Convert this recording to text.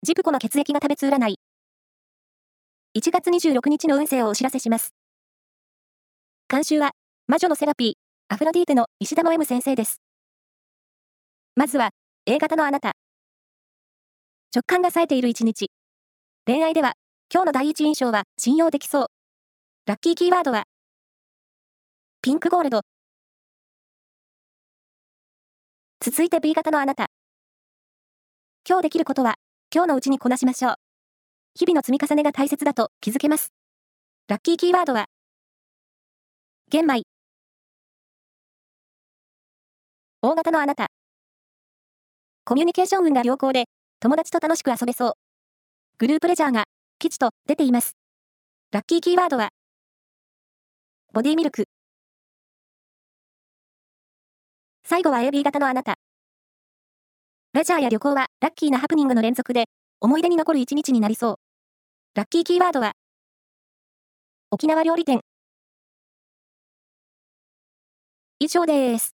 ジプコの血液が食べつ占い。1月26日の運勢をお知らせします。監修は、魔女のセラピー、アフロディーテの石田の M 先生です。まずは、A 型のあなた。直感が冴えている一日。恋愛では、今日の第一印象は信用できそう。ラッキーキーワードは、ピンクゴールド。続いて B 型のあなた。今日できることは、今日のうちにこなしましょう。日々の積み重ねが大切だと気づけます。ラッキーキーワードは、玄米。O 型のあなた。コミュニケーション運が良好で、友達と楽しく遊べそう。グループレジャーが、吉と出ています。ラッキーキーワードは、ボディミルク。最後は AB 型のあなた。レジャーや旅行はラッキーなハプニングの連続で、思い出に残る一日になりそう。ラッキーキーワードは、沖縄料理店。以上です。